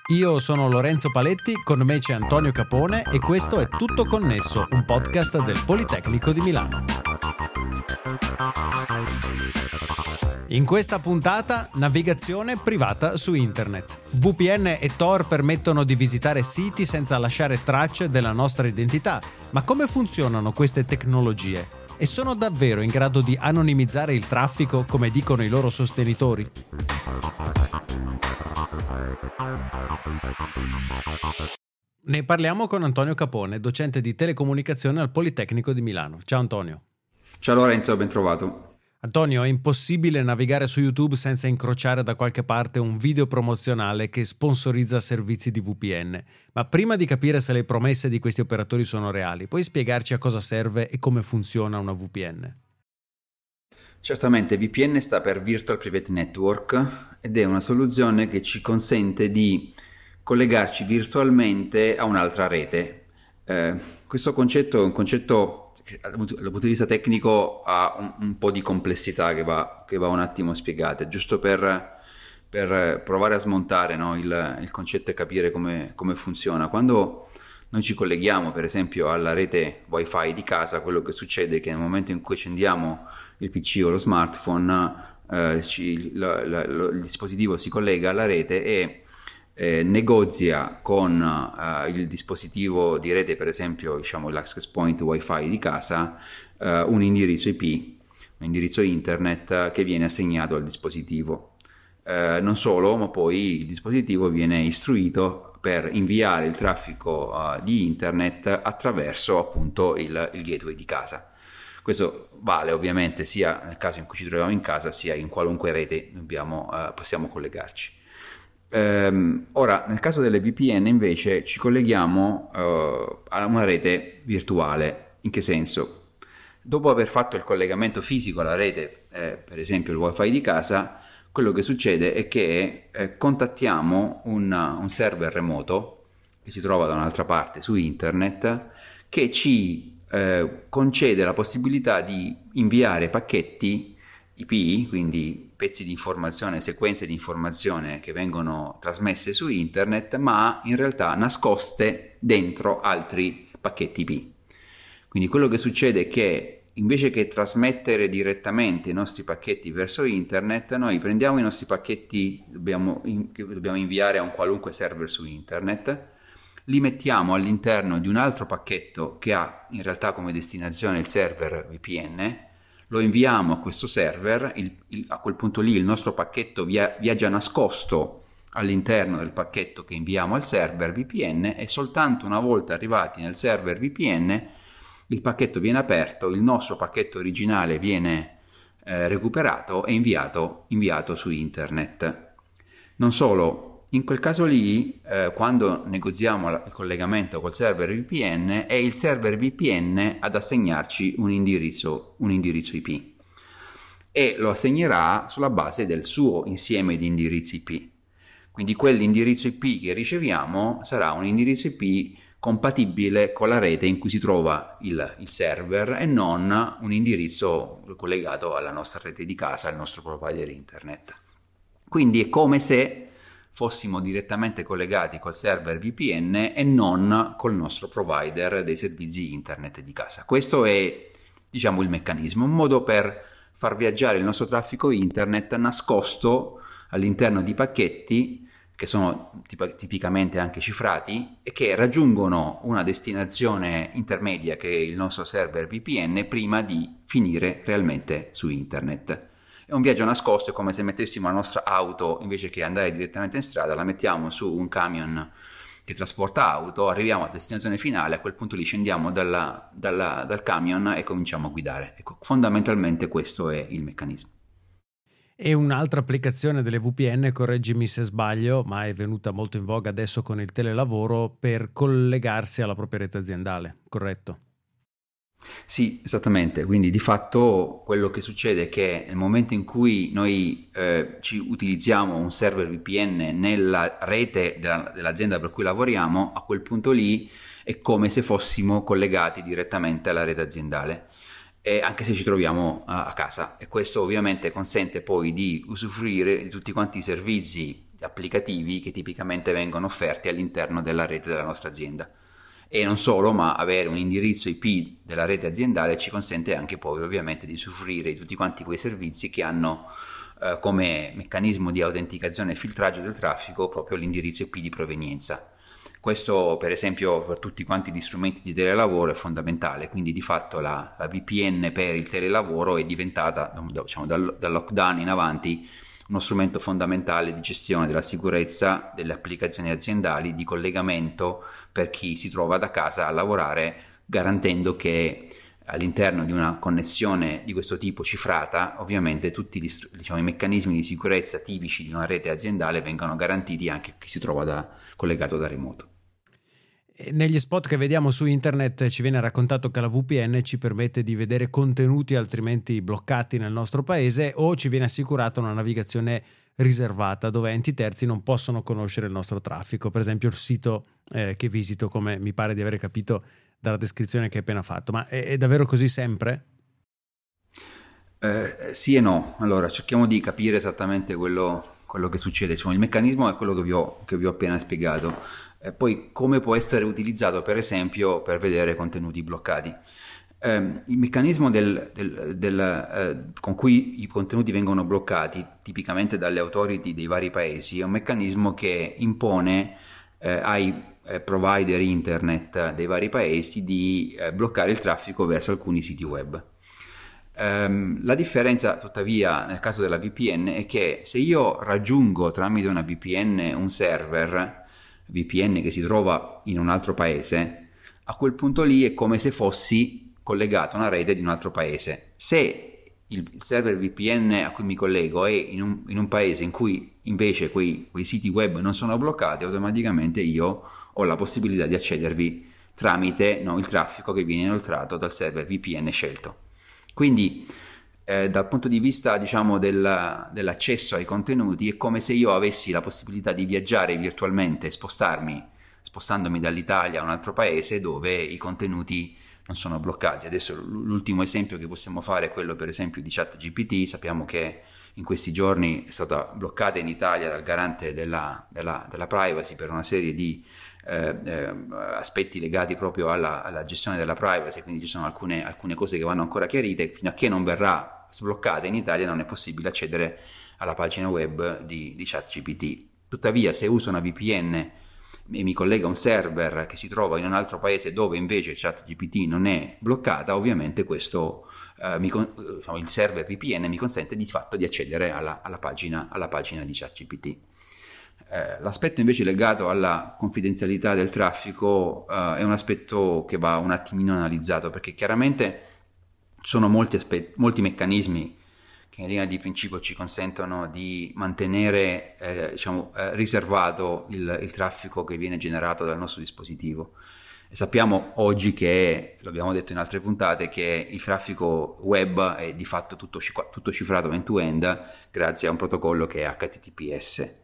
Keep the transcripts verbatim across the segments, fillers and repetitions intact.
Io sono Lorenzo Paletti, con me c'è Antonio Capone e questo è Tutto Connesso, un podcast del Politecnico di Milano. In questa puntata, navigazione privata su internet. V P N e Tor permettono di visitare siti senza lasciare tracce della nostra identità. Ma come funzionano queste tecnologie? E sono davvero in grado di anonimizzare il traffico come dicono i loro sostenitori? Ne parliamo con Antonio Capone, docente di telecomunicazione al Politecnico di Milano. Ciao Antonio. Ciao Lorenzo, ben trovato. Antonio, è impossibile navigare su YouTube senza incrociare da qualche parte un video promozionale che sponsorizza servizi di V P N. Ma prima di capire se le promesse di questi operatori sono reali, puoi spiegarci a cosa serve e come funziona una V P N? Certamente, V P N sta per Virtual Private Network ed è una soluzione che ci consente di collegarci virtualmente a un'altra rete. Eh, questo concetto è un concetto che dal punto di vista tecnico ha un, un po' di complessità che va, che va un attimo spiegata, giusto per, per provare a smontare, no, il, il concetto e capire come, come funziona. Quando noi ci colleghiamo per esempio alla rete wifi di casa, quello che succede è che nel momento in cui accendiamo il P C o lo smartphone, eh, ci, lo, lo, il dispositivo si collega alla rete e Eh, negozia con uh, il dispositivo di rete, per esempio diciamo l'access point wifi di casa, uh, un indirizzo I P, un indirizzo internet uh, che viene assegnato al dispositivo. Uh, non solo, ma poi il dispositivo viene istruito per inviare il traffico uh, di internet attraverso appunto il, il gateway di casa. Questo vale ovviamente sia nel caso in cui ci troviamo in casa, sia in qualunque rete dobbiamo, uh, possiamo collegarci. Um, ora, nel caso delle V P N invece ci colleghiamo uh, a una rete virtuale. In che senso? Dopo aver fatto il collegamento fisico alla rete, eh, per esempio il wifi di casa, quello che succede è che eh, contattiamo un, un server remoto che si trova da un'altra parte su internet, che ci eh, concede la possibilità di inviare pacchetti I P, quindi pezzi di informazione, sequenze di informazione che vengono trasmesse su internet, ma in realtà nascoste dentro altri pacchetti I P. Quindi quello che succede è che invece che trasmettere direttamente i nostri pacchetti verso internet, noi prendiamo i nostri pacchetti dobbiamo in, che dobbiamo inviare a un qualunque server su internet, li mettiamo all'interno di un altro pacchetto che ha in realtà come destinazione il server V P N, lo inviamo a questo server, il, il, a quel punto lì il nostro pacchetto via, viaggia nascosto all'interno del pacchetto che inviamo al server V P N e soltanto una volta arrivati nel server V P N il pacchetto viene aperto, il nostro pacchetto originale viene eh, recuperato e inviato, inviato su internet. Non solo, in quel caso lì, eh, quando negoziamo il collegamento col server V P N, è il server V P N ad assegnarci un indirizzo, un indirizzo I P e lo assegnerà sulla base del suo insieme di indirizzi I P. Quindi quell'indirizzo I P che riceviamo sarà un indirizzo I P compatibile con la rete in cui si trova il, il server e non un indirizzo collegato alla nostra rete di casa, al nostro provider internet. Quindi è come se fossimo direttamente collegati col server V P N e non col nostro provider dei servizi internet di casa. Questo è, diciamo, il meccanismo, un modo per far viaggiare il nostro traffico internet nascosto all'interno di pacchetti che sono tip- tipicamente anche cifrati e che raggiungono una destinazione intermedia che è il nostro server V P N prima di finire realmente su internet. È un viaggio nascosto, è come se mettessimo la nostra auto, invece che andare direttamente in strada, la mettiamo su un camion che trasporta auto, arriviamo a destinazione finale, a quel punto lì scendiamo dalla, dalla, dal camion e cominciamo a guidare. Ecco, fondamentalmente questo è il meccanismo. E un'altra applicazione delle V P N, correggimi se sbaglio, ma è venuta molto in voga adesso con il telelavoro, per collegarsi alla propria rete aziendale, corretto? Sì, esattamente, quindi di fatto quello che succede è che nel momento in cui noi eh, ci utilizziamo un server V P N nella rete della, dell'azienda per cui lavoriamo, a quel punto lì è come se fossimo collegati direttamente alla rete aziendale, e anche se ci troviamo a, a casa, e questo ovviamente consente poi di usufruire di tutti quanti i servizi applicativi che tipicamente vengono offerti all'interno della rete della nostra azienda. E non solo, ma avere un indirizzo I P della rete aziendale ci consente anche poi ovviamente di usufruire di tutti quanti quei servizi che hanno eh, come meccanismo di autenticazione e filtraggio del traffico proprio l'indirizzo I P di provenienza. Questo per esempio per tutti quanti gli strumenti di telelavoro è fondamentale, quindi di fatto la, la V P N per il telelavoro è diventata, diciamo, dal, dal lockdown in avanti uno strumento fondamentale di gestione della sicurezza delle applicazioni aziendali, di collegamento per chi si trova da casa a lavorare, garantendo che all'interno di una connessione di questo tipo cifrata, ovviamente tutti gli, diciamo, i meccanismi di sicurezza tipici di una rete aziendale vengano garantiti anche a chi si trova da, collegato da remoto. Negli spot che vediamo su internet ci viene raccontato che la V P N ci permette di vedere contenuti altrimenti bloccati nel nostro paese, o ci viene assicurata una navigazione riservata dove enti terzi non possono conoscere il nostro traffico, per esempio il sito eh, che visito, come mi pare di aver capito dalla descrizione che hai appena fatto. Ma è, è davvero così sempre? Eh, sì e no. Allora cerchiamo di capire esattamente quello, quello che succede. Insomma, il meccanismo è quello che vi ho, che vi ho appena spiegato. Eh, poi come può essere utilizzato per esempio per vedere contenuti bloccati. Eh, il meccanismo del, del, del, eh, con cui i contenuti vengono bloccati tipicamente dalle authority dei vari paesi è un meccanismo che impone eh, ai eh, provider internet dei vari paesi di eh, bloccare il traffico verso alcuni siti web. Um, la differenza tuttavia nel caso della V P N è che se io raggiungo tramite una V P N un server V P N che si trova in un altro paese, a quel punto lì è come se fossi collegato a una rete di un altro paese. Se il server V P N a cui mi collego è in un, in un paese in cui invece quei, quei siti web non sono bloccati, automaticamente io ho la possibilità di accedervi tramite no, il traffico che viene inoltrato dal server V P N scelto. Quindi eh, dal punto di vista diciamo del, dell'accesso ai contenuti è come se io avessi la possibilità di viaggiare virtualmente, spostarmi, spostandomi dall'Italia a un altro paese dove i contenuti non sono bloccati. Adesso l'ultimo esempio che possiamo fare è quello per esempio di ChatGPT. Sappiamo che in questi giorni è stata bloccata in Italia dal garante della, della, della privacy per una serie di Eh, eh, aspetti legati proprio alla, alla gestione della privacy, quindi ci sono alcune, alcune cose che vanno ancora chiarite. Fino a che non verrà sbloccata in Italia non è possibile accedere alla pagina web di, di ChatGPT. Tuttavia se uso una V P N e mi collega a un server che si trova in un altro paese dove invece ChatGPT non è bloccata, ovviamente questo eh, mi, diciamo, il server V P N mi consente di fatto di accedere alla, alla, pagina, alla pagina di ChatGPT. Eh, l'aspetto invece legato alla confidenzialità del traffico eh, è un aspetto che va un attimino analizzato, perché chiaramente sono molti, aspetti, molti meccanismi che in linea di principio ci consentono di mantenere eh, diciamo, eh, riservato il, il traffico che viene generato dal nostro dispositivo. E sappiamo oggi che, l'abbiamo detto in altre puntate, che il traffico web è di fatto tutto, tutto cifrato end-to-end grazie a un protocollo che è H T T P S.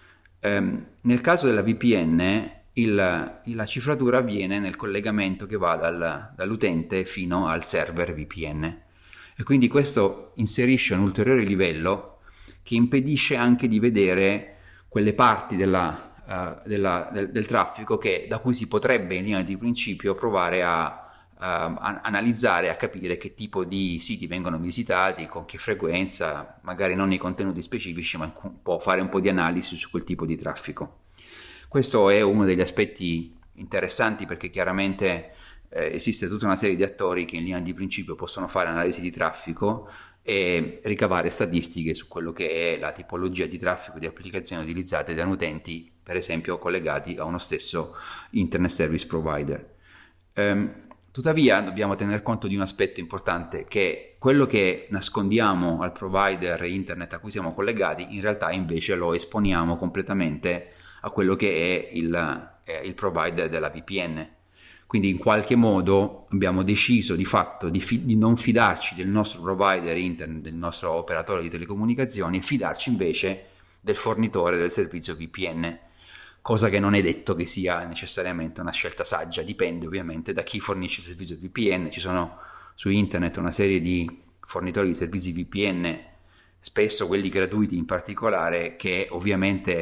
Um, nel caso della V P N il, la cifratura avviene nel collegamento che va dal, dall'utente fino al server V P N, e quindi questo inserisce un ulteriore livello che impedisce anche di vedere quelle parti della, uh, della, del, del traffico che, da cui si potrebbe in linea di principio provare a Uh, a analizzare, a capire che tipo di siti vengono visitati, con che frequenza, magari non i contenuti specifici, ma può fare un po' di analisi su quel tipo di traffico. Questo è uno degli aspetti interessanti, perché chiaramente eh, esiste tutta una serie di attori che in linea di principio possono fare analisi di traffico e ricavare statistiche su quello che è la tipologia di traffico di applicazioni utilizzate da utenti, per esempio collegati a uno stesso internet service provider. Um, Tuttavia dobbiamo tener conto di un aspetto importante, che quello che nascondiamo al provider internet a cui siamo collegati in realtà invece lo esponiamo completamente a quello che è il, è il provider della V P N. Quindi in qualche modo abbiamo deciso di fatto di, fi- di non fidarci del nostro provider internet, del nostro operatore di telecomunicazioni, e fidarci invece del fornitore del servizio V P N. Cosa che non è detto che sia necessariamente una scelta saggia, dipende ovviamente da chi fornisce il servizio V P N. Ci sono su internet una serie di fornitori di servizi V P N, spesso quelli gratuiti in particolare, che ovviamente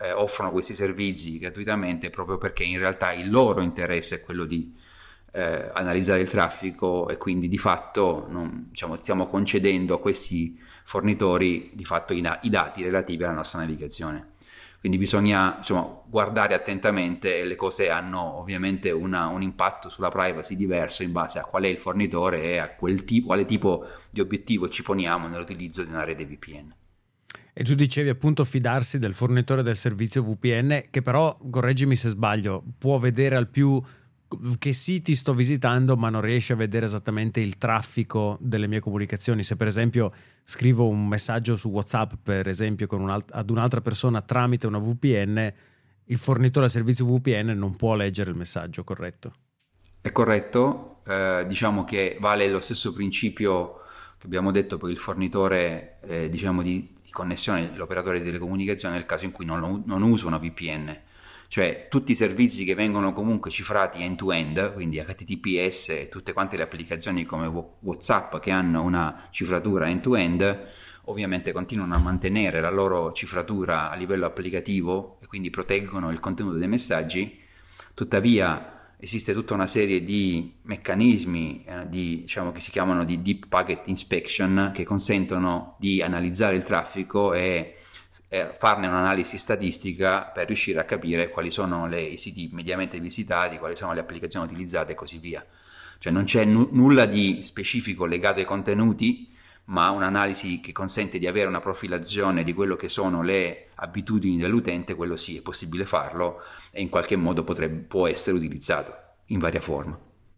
eh, offrono questi servizi gratuitamente proprio perché in realtà il loro interesse è quello di eh, analizzare il traffico, e quindi di fatto non, diciamo, stiamo concedendo a questi fornitori di fatto i, i dati relativi alla nostra navigazione. Quindi bisogna, insomma, guardare attentamente, e le cose hanno ovviamente una, un impatto sulla privacy diverso in base a qual è il fornitore e a quel tipo, quale tipo di obiettivo ci poniamo nell'utilizzo di una rete V P N. E tu dicevi appunto fidarsi del fornitore del servizio V P N, che però, correggimi se sbaglio, può vedere al più che siti sto visitando, ma non riesce a vedere esattamente il traffico delle mie comunicazioni. Se per esempio scrivo un messaggio su WhatsApp, per esempio, con un ad un'altra persona tramite una V P N, il fornitore del servizio V P N non può leggere il messaggio, corretto? È corretto, eh, diciamo che vale lo stesso principio che abbiamo detto per il fornitore eh, diciamo di, di connessione, l'operatore di telecomunicazione, nel caso in cui non, non usa una V P N. Cioè tutti i servizi che vengono comunque cifrati end-to-end, quindi H T T P S e tutte quante le applicazioni come WhatsApp che hanno una cifratura end-to-end, ovviamente continuano a mantenere la loro cifratura a livello applicativo e quindi proteggono il contenuto dei messaggi. Tuttavia esiste tutta una serie di meccanismi eh, di, diciamo, che si chiamano di Deep Packet Inspection, che consentono di analizzare il traffico e farne un'analisi statistica per riuscire a capire quali sono le, i siti mediamente visitati, quali sono le applicazioni utilizzate e così via. Cioè non c'è n- nulla di specifico legato ai contenuti, ma un'analisi che consente di avere una profilazione di quello che sono le abitudini dell'utente. Quello sì, è possibile farlo e in qualche modo potrebbe, può essere utilizzato in varia forma.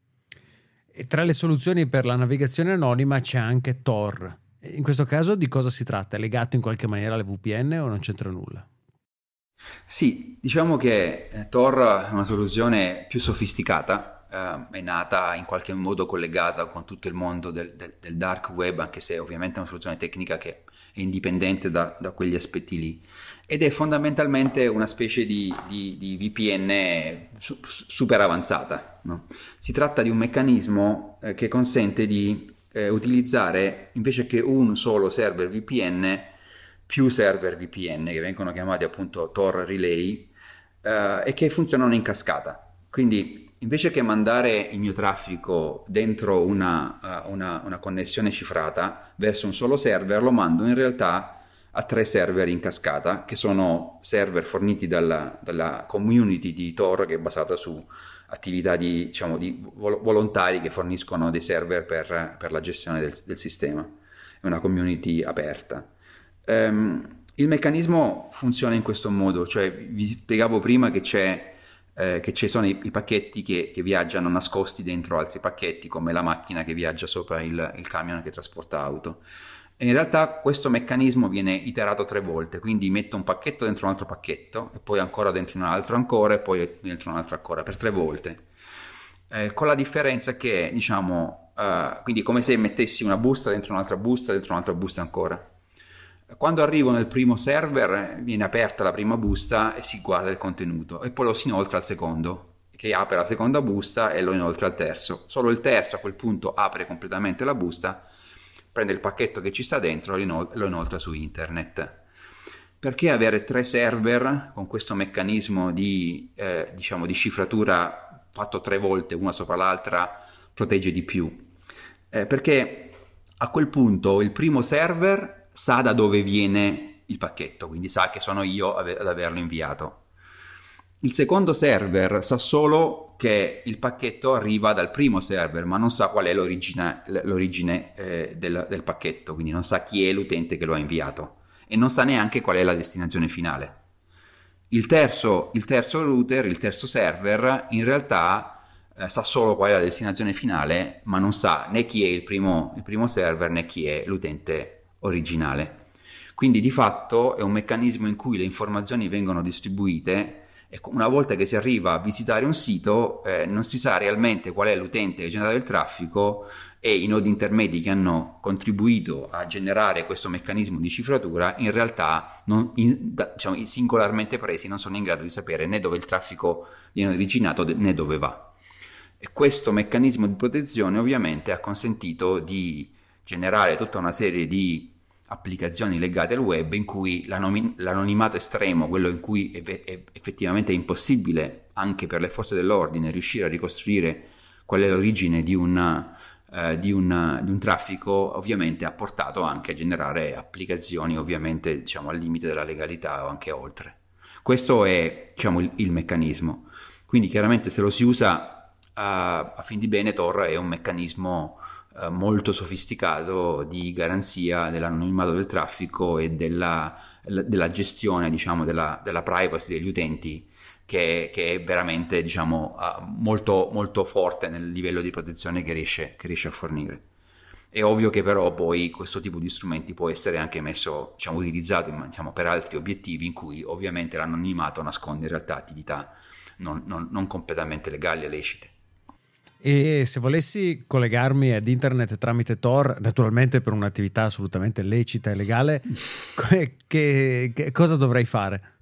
E tra le soluzioni per la navigazione anonima c'è anche Tor. In questo caso di cosa si tratta? È legato in qualche maniera alle V P N o non c'entra nulla? Sì, diciamo che Tor è una soluzione più sofisticata, eh, è nata in qualche modo collegata con tutto il mondo del, del, del dark web, anche se ovviamente è una soluzione tecnica che è indipendente da, da quegli aspetti lì, ed è fondamentalmente una specie di, di, di V P N su, super avanzata, no? Si tratta di un meccanismo eh, che consente di Eh, utilizzare, invece che un solo server V P N, più server V P N che vengono chiamati appunto Tor Relay eh, e che funzionano in cascata. Quindi invece che mandare il mio traffico dentro una, uh, una, una connessione cifrata verso un solo server, lo mando in realtà a tre server in cascata, che sono server forniti dalla, dalla community di Tor, che è basata su attività di, diciamo, di volontari che forniscono dei server per, per la gestione del, del sistema. È una community aperta. Um, il meccanismo funziona in questo modo, cioè vi spiegavo prima che, c'è, eh, che ci sono i, i pacchetti che, che viaggiano nascosti dentro altri pacchetti, come la macchina che viaggia sopra il, il camion che trasporta auto. E in realtà questo meccanismo viene iterato tre volte, quindi metto un pacchetto dentro un altro pacchetto e poi ancora dentro un altro ancora e poi dentro un altro ancora, per tre volte, eh, con la differenza che, diciamo, uh, quindi è come se mettessi una busta dentro un'altra busta dentro un'altra busta ancora. Quando arrivo nel primo server viene aperta la prima busta e si guarda il contenuto, e poi lo si inoltra al secondo, che apre la seconda busta, e lo inoltra al terzo. Solo il terzo a quel punto apre completamente la busta, prende il pacchetto che ci sta dentro e lo inoltra su internet. Perché avere tre server con questo meccanismo di, eh, diciamo, di cifratura fatto tre volte una sopra l'altra protegge di più? Eh, perché a quel punto il primo server sa da dove viene il pacchetto, quindi sa che sono io ad averlo inviato. Il secondo server sa solo che il pacchetto arriva dal primo server, ma non sa qual è l'origine, l'origine eh, del, del pacchetto, quindi non sa chi è l'utente che lo ha inviato e non sa neanche qual è la destinazione finale. Il terzo, il terzo router, il terzo server, in realtà eh, sa solo qual è la destinazione finale, ma non sa né chi è il primo, il primo server né chi è l'utente originale. Quindi di fatto è un meccanismo in cui le informazioni vengono distribuite. E una volta che si arriva a visitare un sito, eh, non si sa realmente qual è l'utente che ha generato il traffico, e i nodi intermedi che hanno contribuito a generare questo meccanismo di cifratura in realtà non, in, da, diciamo, singolarmente presi non sono in grado di sapere né dove il traffico viene originato né dove va. E questo meccanismo di protezione ovviamente ha consentito di generare tutta una serie di applicazioni legate al web in cui l'anonim- l'anonimato estremo, quello in cui è, è effettivamente è impossibile anche per le forze dell'ordine riuscire a ricostruire qual è l'origine di, una, uh, di, una, di un traffico, ovviamente ha portato anche a generare applicazioni ovviamente diciamo al limite della legalità o anche oltre. Questo è diciamo il, il meccanismo. Quindi chiaramente se lo si usa uh, a fin di bene, Tor è un meccanismo uh, molto sofisticato di garanzia dell'anonimato del traffico e della, della gestione diciamo della, della privacy degli utenti, che, che è veramente diciamo uh, molto, molto forte nel livello di protezione che riesce, che riesce a fornire. È ovvio che però poi questo tipo di strumenti può essere anche messo, diciamo, utilizzato diciamo, per altri obiettivi in cui ovviamente l'anonimato nasconde in realtà attività non, non, non completamente legali e lecite. E se volessi collegarmi ad internet tramite Tor, naturalmente per un'attività assolutamente lecita e legale, che, che cosa dovrei fare?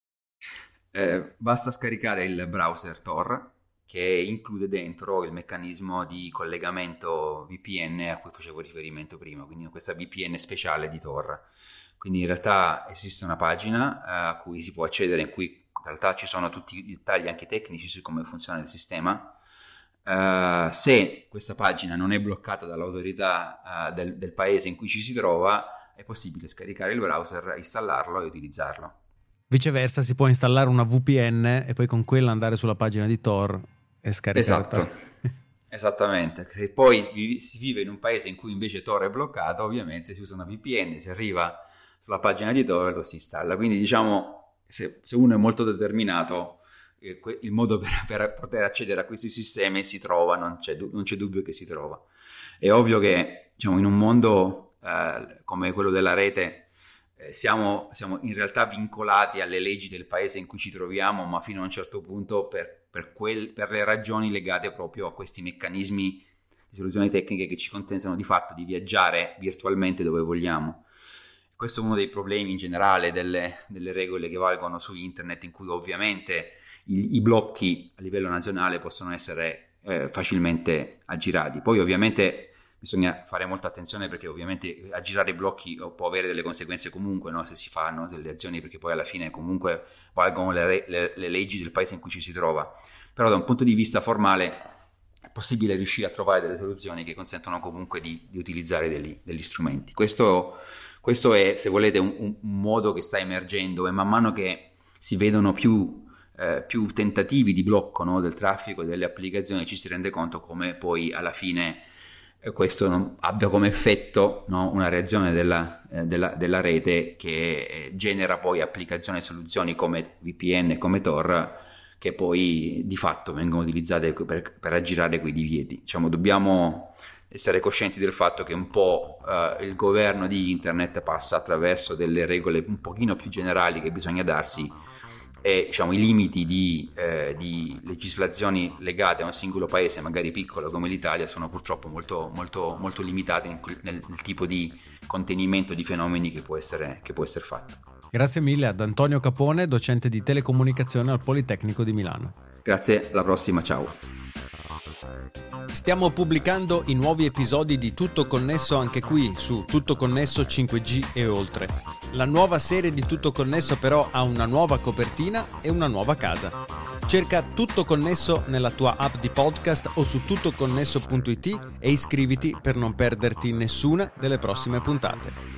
Eh, basta scaricare il browser Tor, che include dentro il meccanismo di collegamento V P N a cui facevo riferimento prima, quindi questa V P N speciale di Tor. Quindi in realtà esiste una pagina uh, a cui si può accedere, in cui in realtà ci sono tutti i dettagli anche tecnici su come funziona il sistema. Uh, se questa pagina non è bloccata dall'autorità uh, del, del paese in cui ci si trova, è possibile scaricare il browser, installarlo e utilizzarlo. Viceversa, si può installare una V P N e poi con quella andare sulla pagina di Tor e scaricare. Esatto, esattamente. Se poi vi, si vive in un paese in cui invece Tor è bloccato, ovviamente si usa una V P N, si arriva sulla pagina di Tor e lo si installa. Quindi diciamo, se, se uno è molto determinato, eh, que, il modo per, per poter accedere a questi sistemi si trova, non c'è, non c'è dubbio che si trova. È ovvio che diciamo, in un mondo eh, come quello della rete, Siamo, siamo in realtà vincolati alle leggi del paese in cui ci troviamo, ma fino a un certo punto per, per, quel, per le ragioni legate proprio a questi meccanismi di soluzioni tecniche che ci consentono di fatto di viaggiare virtualmente dove vogliamo. Questo è uno dei problemi in generale delle, delle regole che valgono su internet, in cui ovviamente i, i blocchi a livello nazionale possono essere eh, facilmente aggirati. Poi ovviamente bisogna fare molta attenzione, perché ovviamente aggirare i blocchi può avere delle conseguenze comunque, no? Se si fanno delle azioni, perché poi alla fine comunque valgono le, le, le leggi del paese in cui ci si trova. Però da un punto di vista formale è possibile riuscire a trovare delle soluzioni che consentono comunque di, di utilizzare degli, degli strumenti. Questo, questo è, se volete, un, un modo che sta emergendo, e man mano che si vedono più, eh, più tentativi di blocco, no? del traffico e delle applicazioni, ci si rende conto come poi alla fine questo non, abbia come effetto, no, una reazione della, eh, della, della rete che eh, genera poi applicazioni e soluzioni come V P N, come Tor, che poi di fatto vengono utilizzate per, per aggirare quei divieti. Diciamo, dobbiamo essere coscienti del fatto che un po' eh, il governo di internet passa attraverso delle regole un pochino più generali che bisogna darsi, e diciamo, i limiti di, eh, di legislazioni legate a un singolo paese, magari piccolo come l'Italia, sono purtroppo molto, molto, molto limitati nel, nel, nel tipo di contenimento di fenomeni che può essere, che può essere fatto. Grazie mille ad Antonio Capone, docente di telecomunicazione al Politecnico di Milano. Grazie, alla prossima, ciao. Stiamo pubblicando i nuovi episodi di Tutto Connesso anche qui su Tutto Connesso cinque G e oltre. La nuova serie di Tutto Connesso però ha una nuova copertina e una nuova casa. Cerca Tutto Connesso nella tua app di podcast o su tuttoconnesso punto it e iscriviti per non perderti nessuna delle prossime puntate.